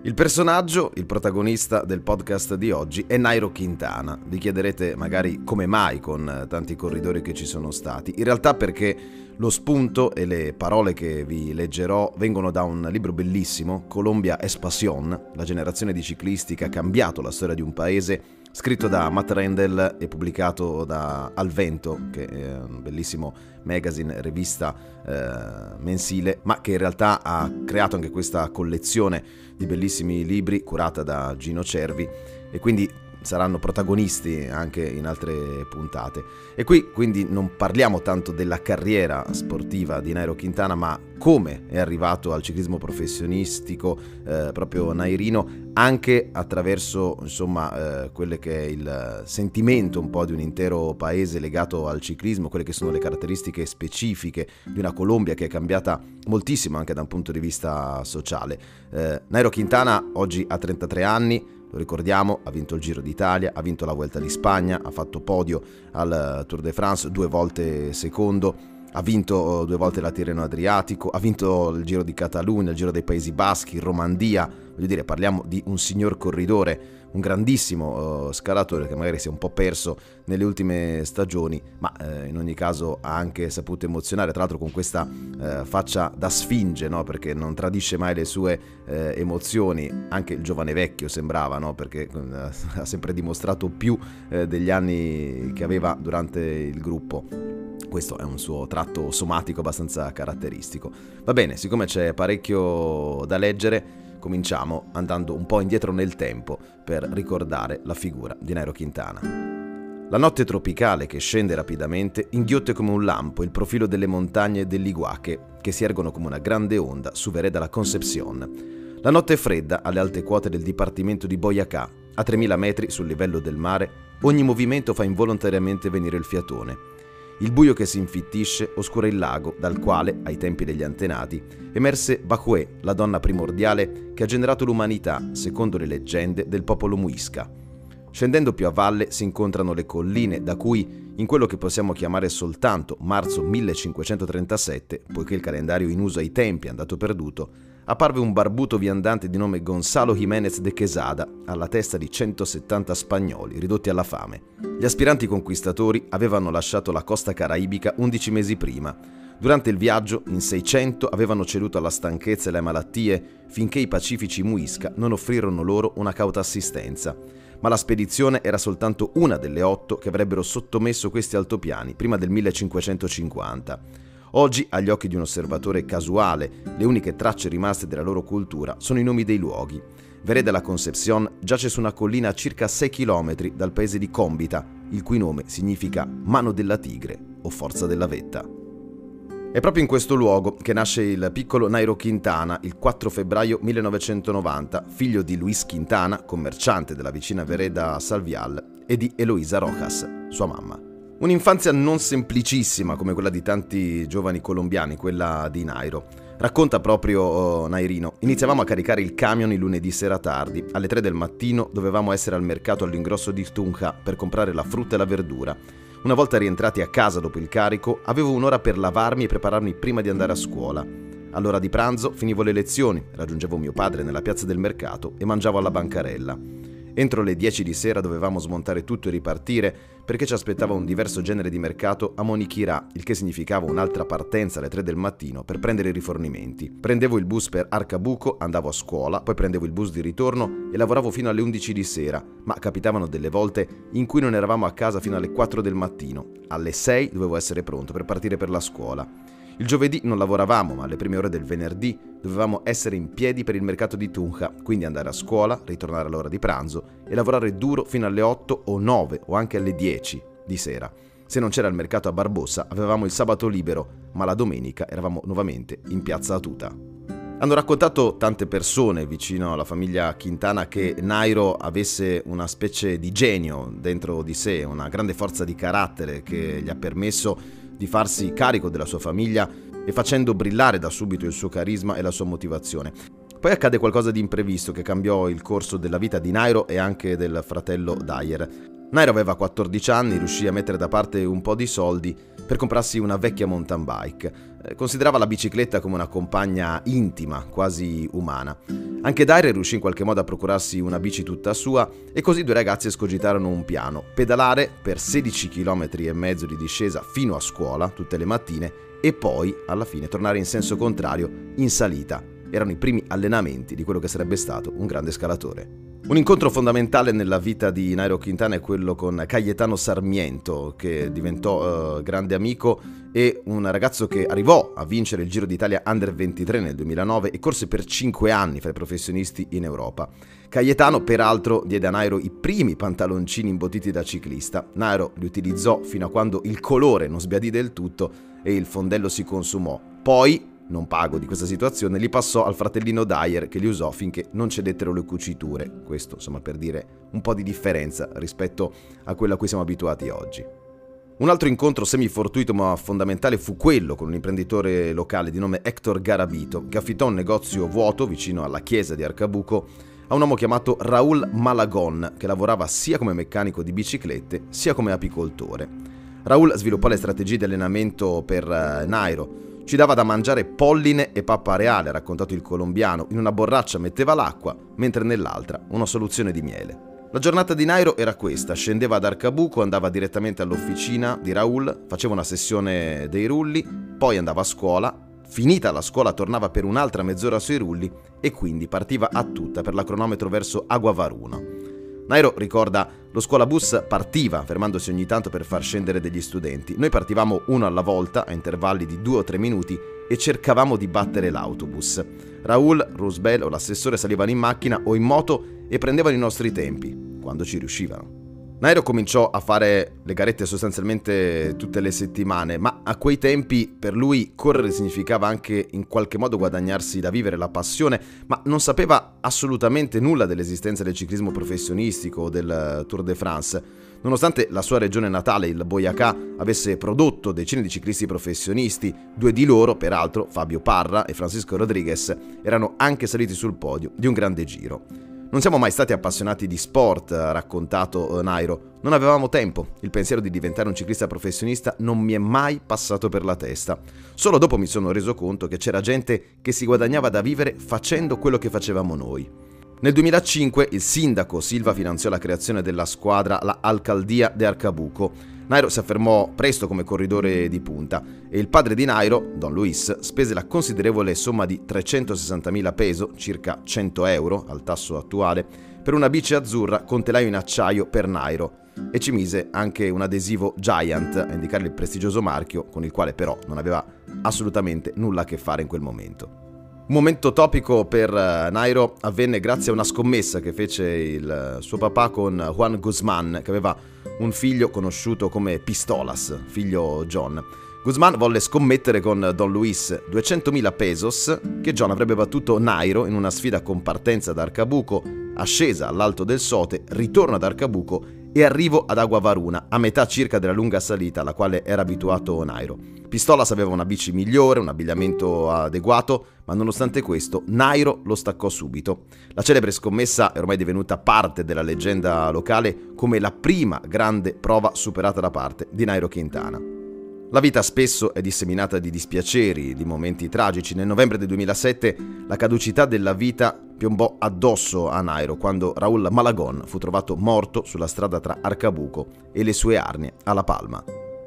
Il personaggio, il protagonista del podcast di oggi è Nairo Quintana. Vi chiederete magari come mai con tanti corridori che ci sono stati. In realtà perché lo spunto e le parole che vi leggerò vengono da un libro bellissimo, Colombia es Pasión, la generazione di ciclisti che ha cambiato la storia di un paese, scritto da Matt Rendel e pubblicato da Al Vento, che è un bellissimo magazine, rivista mensile, ma che in realtà ha creato anche questa collezione di bellissimi libri curata da Gino Cervi, e quindi saranno protagonisti anche in altre puntate. E qui quindi non parliamo tanto della carriera sportiva di Nairo Quintana, ma come è arrivato al ciclismo professionistico proprio nairino, anche attraverso quelle che è il sentimento un po' di un intero paese legato al ciclismo, quelle che sono le caratteristiche specifiche di una Colombia che è cambiata moltissimo anche da un punto di vista sociale. Nairo Quintana oggi ha 33 anni. Lo ricordiamo, ha vinto il Giro d'Italia, ha vinto la Vuelta di Spagna, ha fatto podio al Tour de France, 2 volte secondo, ha vinto 2 volte la Tirreno Adriatico, ha vinto il Giro di Catalogna, il Giro dei Paesi Baschi, Romandia. Voglio dire, parliamo di un signor corridore, un grandissimo scalatore che magari si è un po' perso nelle ultime stagioni, ma in ogni caso ha anche saputo emozionare, tra l'altro con questa faccia da sfinge, no? Perché non tradisce mai le sue emozioni. Anche il giovane vecchio sembrava, no? Perché ha sempre dimostrato più degli anni che aveva durante il gruppo. Questo è un suo tratto somatico abbastanza caratteristico. Va bene, siccome c'è parecchio da leggere, cominciamo andando un po' indietro nel tempo per ricordare la figura di Nairo Quintana. La notte tropicale che scende rapidamente inghiotte come un lampo il profilo delle montagne dell'Iguaque, che si ergono come una grande onda su Vereda la Concepción. La notte è fredda alle alte quote del dipartimento di Boyacá, a 3000 metri sul livello del mare. Ogni movimento fa involontariamente venire il fiatone. Il buio che si infittisce oscura il lago dal quale, ai tempi degli antenati, emerse Bahué, la donna primordiale che ha generato l'umanità, secondo le leggende del popolo Muisca. Scendendo più a valle si incontrano le colline da cui, in quello che possiamo chiamare soltanto marzo 1537, poiché il calendario in uso ai tempi è andato perduto, apparve un barbuto viandante di nome Gonzalo Jiménez de Quesada, alla testa di 170 spagnoli ridotti alla fame. Gli aspiranti conquistatori avevano lasciato la costa caraibica 11 mesi prima. Durante il viaggio, in 600 avevano ceduto alla stanchezza e alle malattie, finché i pacifici Muisca non offrirono loro una cauta assistenza. Ma la spedizione era soltanto una delle 8 che avrebbero sottomesso questi altopiani prima del 1550. Oggi, agli occhi di un osservatore casuale, le uniche tracce rimaste della loro cultura sono i nomi dei luoghi. Vereda la Concepción giace su una collina a circa 6 km dal paese di Cómbita, il cui nome significa mano della tigre o forza della vetta. È proprio in questo luogo che nasce il piccolo Nairo Quintana il 4 febbraio 1990, figlio di Luis Quintana, commerciante della vicina Vereda Salvial, e di Eloisa Rojas, sua mamma. Un'infanzia non semplicissima come quella di tanti giovani colombiani, quella di Nairo. Racconta proprio Nairino: iniziavamo a caricare il camion il lunedì sera tardi. Alle 3 del mattino dovevamo essere al mercato all'ingrosso di Tunja per comprare la frutta e la verdura. Una volta rientrati a casa dopo il carico, avevo un'ora per lavarmi e prepararmi prima di andare a scuola. All'ora di pranzo finivo le lezioni, raggiungevo mio padre nella piazza del mercato e mangiavo alla bancarella. Entro le 10 di sera dovevamo smontare tutto e ripartire perché ci aspettava un diverso genere di mercato a Moniquirá, il che significava un'altra partenza alle 3 del mattino per prendere i rifornimenti. Prendevo il bus per Arcabuco, andavo a scuola, poi prendevo il bus di ritorno e lavoravo fino alle 11 di sera, ma capitavano delle volte in cui non eravamo a casa fino alle 4 del mattino. Alle 6 dovevo essere pronto per partire per la scuola. Il giovedì non lavoravamo, ma alle prime ore del venerdì dovevamo essere in piedi per il mercato di Tunja, quindi andare a scuola, ritornare all'ora di pranzo e lavorare duro fino alle 8 o 9 o anche alle 10 di sera. Se non c'era il mercato a Barbossa, avevamo il sabato libero, ma la domenica eravamo nuovamente in piazza Atuta. Hanno raccontato tante persone vicino alla famiglia Quintana che Nairo avesse una specie di genio dentro di sé, una grande forza di carattere che gli ha permesso di farsi carico della sua famiglia e facendo brillare da subito il suo carisma e la sua motivazione. Poi accade qualcosa di imprevisto che cambiò il corso della vita di Nairo e anche del fratello Dyer. Nairo aveva 14 anni, riuscì a mettere da parte un po' di soldi per comprarsi una vecchia mountain bike. Considerava la bicicletta come una compagna intima, quasi umana. Anche Daire riuscì in qualche modo a procurarsi una bici tutta sua e così i due ragazzi escogitarono un piano: pedalare per 16 km e mezzo di discesa fino a scuola tutte le mattine e poi, alla fine, tornare in senso contrario in salita. Erano i primi allenamenti di quello che sarebbe stato un grande scalatore. Un incontro fondamentale nella vita di Nairo Quintana è quello con Cayetano Sarmiento, che diventò grande amico e un ragazzo che arrivò a vincere il Giro d'Italia Under 23 nel 2009 e corse per 5 anni fra i professionisti in Europa. Cayetano, peraltro, diede a Nairo i primi pantaloncini imbottiti da ciclista. Nairo li utilizzò fino a quando il colore non sbiadì del tutto e il fondello si consumò. Poi, non pago di questa situazione, li passò al fratellino Dyer, che li usò finché non cedettero le cuciture. Questo, insomma, per dire un po' di differenza rispetto a quello a cui siamo abituati oggi. Un altro incontro semifortuito ma fondamentale fu quello con un imprenditore locale di nome Héctor Garabito, che affittò un negozio vuoto vicino alla chiesa di Arcabuco a un uomo chiamato Raúl Malagón, che lavorava sia come meccanico di biciclette sia come apicoltore. Raúl sviluppò le strategie di allenamento per Nairo. Ci dava da mangiare polline e pappa reale, ha raccontato il colombiano. In una borraccia metteva l'acqua, mentre nell'altra una soluzione di miele. La giornata di Nairo era questa: scendeva ad Arcabuco, andava direttamente all'officina di Raúl, faceva una sessione dei rulli, poi andava a scuola, finita la scuola tornava per un'altra mezz'ora sui rulli e quindi partiva a tutta per la cronometro verso Aguavaruna. Nairo ricorda: lo scuolabus partiva, fermandosi ogni tanto per far scendere degli studenti. Noi partivamo uno alla volta, a intervalli di 2 o 3 minuti, e cercavamo di battere l'autobus. Raúl, Roosevelt o l'assessore salivano in macchina o in moto e prendevano i nostri tempi, quando ci riuscivano. Nairo cominciò a fare le garette sostanzialmente tutte le settimane, ma a quei tempi per lui correre significava anche in qualche modo guadagnarsi da vivere, la passione, ma non sapeva assolutamente nulla dell'esistenza del ciclismo professionistico o del Tour de France. Nonostante la sua regione natale, il Boyacá, avesse prodotto decine di ciclisti professionisti, 2 di loro, peraltro, Fabio Parra e Francisco Rodriguez, erano anche saliti sul podio di un grande giro. Non siamo mai stati appassionati di sport, ha raccontato Nairo. Non avevamo tempo. Il pensiero di diventare un ciclista professionista non mi è mai passato per la testa. Solo dopo mi sono reso conto che c'era gente che si guadagnava da vivere facendo quello che facevamo noi. Nel 2005 il sindaco Silva finanziò la creazione della squadra la Alcaldía de Arcabuco. Nairo si affermò presto come corridore di punta e il padre di Nairo, Don Luis, spese la considerevole somma di 360.000 peso, circa 100 euro al tasso attuale, per una bici azzurra con telaio in acciaio per Nairo e ci mise anche un adesivo Giant a indicare il prestigioso marchio, con il quale però non aveva assolutamente nulla a che fare in quel momento. Un momento topico per Nairo avvenne grazie a una scommessa che fece il suo papà con Juan Guzmán, che aveva un figlio conosciuto come Pistolas, figlio John. Guzmán volle scommettere con Don Luis 200.000 pesos che John avrebbe battuto Nairo in una sfida con partenza da Arcabuco, ascesa all'alto del Sote, ritorno ad Arcabuco e arrivo ad Aguavaruna, a metà circa della lunga salita alla quale era abituato Nairo. Pistolas aveva una bici migliore, un abbigliamento adeguato, ma nonostante questo Nairo lo staccò subito. La celebre scommessa è ormai divenuta parte della leggenda locale come la prima grande prova superata da parte di Nairo Quintana. La vita spesso è disseminata di dispiaceri, di momenti tragici. Nel novembre del 2007 la caducità della vita piombò addosso a Nairo quando Raúl Malagón fu trovato morto sulla strada tra Arcabuco e le sue Arnie a La Palma.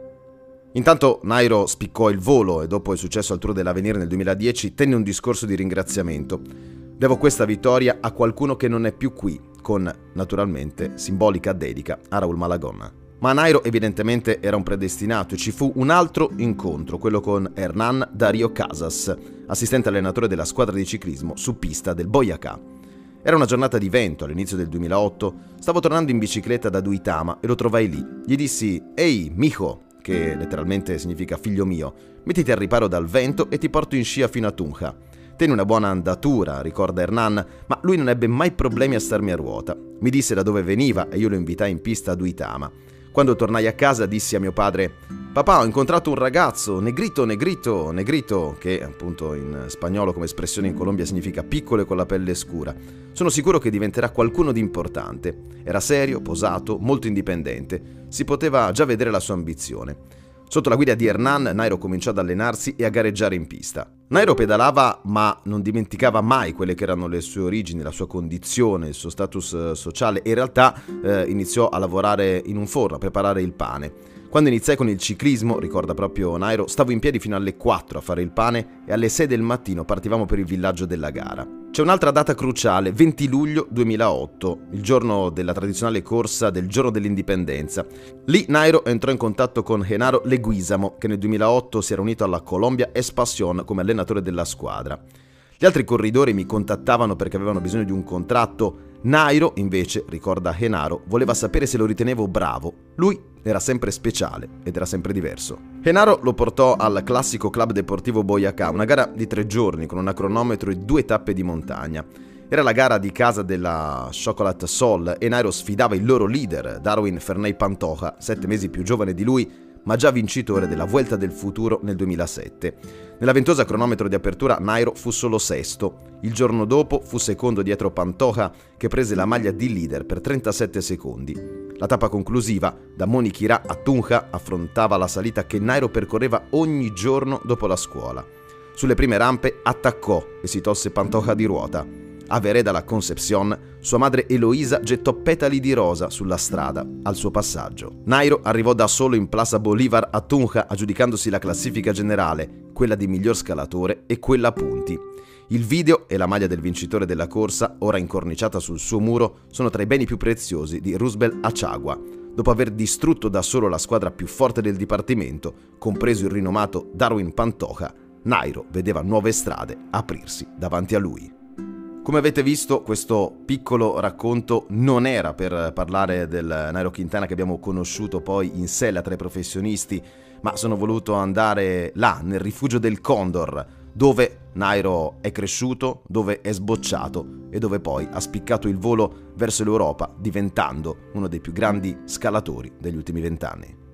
Intanto Nairo spiccò il volo e dopo il successo al Tour dell'Avenir nel 2010 tenne un discorso di ringraziamento. Devo questa vittoria a qualcuno che non è più qui, con, naturalmente, simbolica dedica a Raúl Malagón. Ma Nairo evidentemente era un predestinato e ci fu un altro incontro, quello con Hernán Darío Casas, assistente allenatore della squadra di ciclismo su pista del Boyacá. Era una giornata di vento all'inizio del 2008, stavo tornando in bicicletta da Duitama e lo trovai lì. Gli dissi: «Ehi, mijo», che letteralmente significa figlio mio, mettiti al riparo dal vento e ti porto in scia fino a Tunja. Tenne una buona andatura, ricorda Hernán, ma lui non ebbe mai problemi a starmi a ruota. Mi disse da dove veniva e io lo invitai in pista a Duitama. Quando tornai a casa dissi a mio padre: «Papà, ho incontrato un ragazzo, negrito, negrito, negrito», che appunto in spagnolo come espressione in Colombia significa piccolo e con la pelle scura. «Sono sicuro che diventerà qualcuno di importante». Era serio, posato, molto indipendente. Si poteva già vedere la sua ambizione. Sotto la guida di Hernan, Nairo cominciò ad allenarsi e a gareggiare in pista. Nairo pedalava, ma non dimenticava mai quelle che erano le sue origini, la sua condizione, il suo status sociale, e in realtà iniziò a lavorare in un forno, a preparare il pane. Quando iniziai con il ciclismo, ricorda proprio Nairo, stavo in piedi fino alle 4 a fare il pane e alle 6 del mattino partivamo per il villaggio della gara. C'è un'altra data cruciale, 20 luglio 2008, il giorno della tradizionale corsa del giorno dell'indipendenza. Lì Nairo entrò in contatto con Genaro Leguizamo, che nel 2008 si era unito alla Colombia Espasión come allenatore della squadra. Gli altri corridori mi contattavano perché avevano bisogno di un contratto. Nairo, invece, ricorda Genaro, voleva sapere se lo ritenevo bravo. Lui era sempre speciale ed era sempre diverso. Genaro lo portò al classico Club Deportivo Boyacá, una gara di 3 giorni con un cronometro e 2 tappe di montagna. Era la gara di casa della Chocolat Sol e Nairo sfidava il loro leader, Darwin Ferney Pantoja, 7 mesi più giovane di lui, ma già vincitore della Vuelta del Futuro nel 2007. Nella ventosa cronometro di apertura Nairo fu solo sesto. Il giorno dopo fu secondo dietro Pantoja, che prese la maglia di leader per 37 secondi. La tappa conclusiva, da Moniquirá a Tunja, affrontava la salita che Nairo percorreva ogni giorno dopo la scuola. Sulle prime rampe attaccò e si tolse Pantoja di ruota. A Vereda la Concepción, sua madre Eloisa gettò petali di rosa sulla strada al suo passaggio. Nairo arrivò da solo in Plaza Bolívar a Tunja, aggiudicandosi la classifica generale, quella di miglior scalatore e quella a punti. Il video e la maglia del vincitore della corsa, ora incorniciata sul suo muro, sono tra i beni più preziosi di Rusbel Achagua. Dopo aver distrutto da solo la squadra più forte del dipartimento, compreso il rinomato Darwin Pantoja, Nairo vedeva nuove strade aprirsi davanti a lui. Come avete visto, questo piccolo racconto non era per parlare del Nairo Quintana che abbiamo conosciuto poi in sella tra i professionisti, ma sono voluto andare là, nel rifugio del Condor, dove Nairo è cresciuto, dove è sbocciato e dove poi ha spiccato il volo verso l'Europa, diventando uno dei più grandi scalatori degli ultimi 20 anni.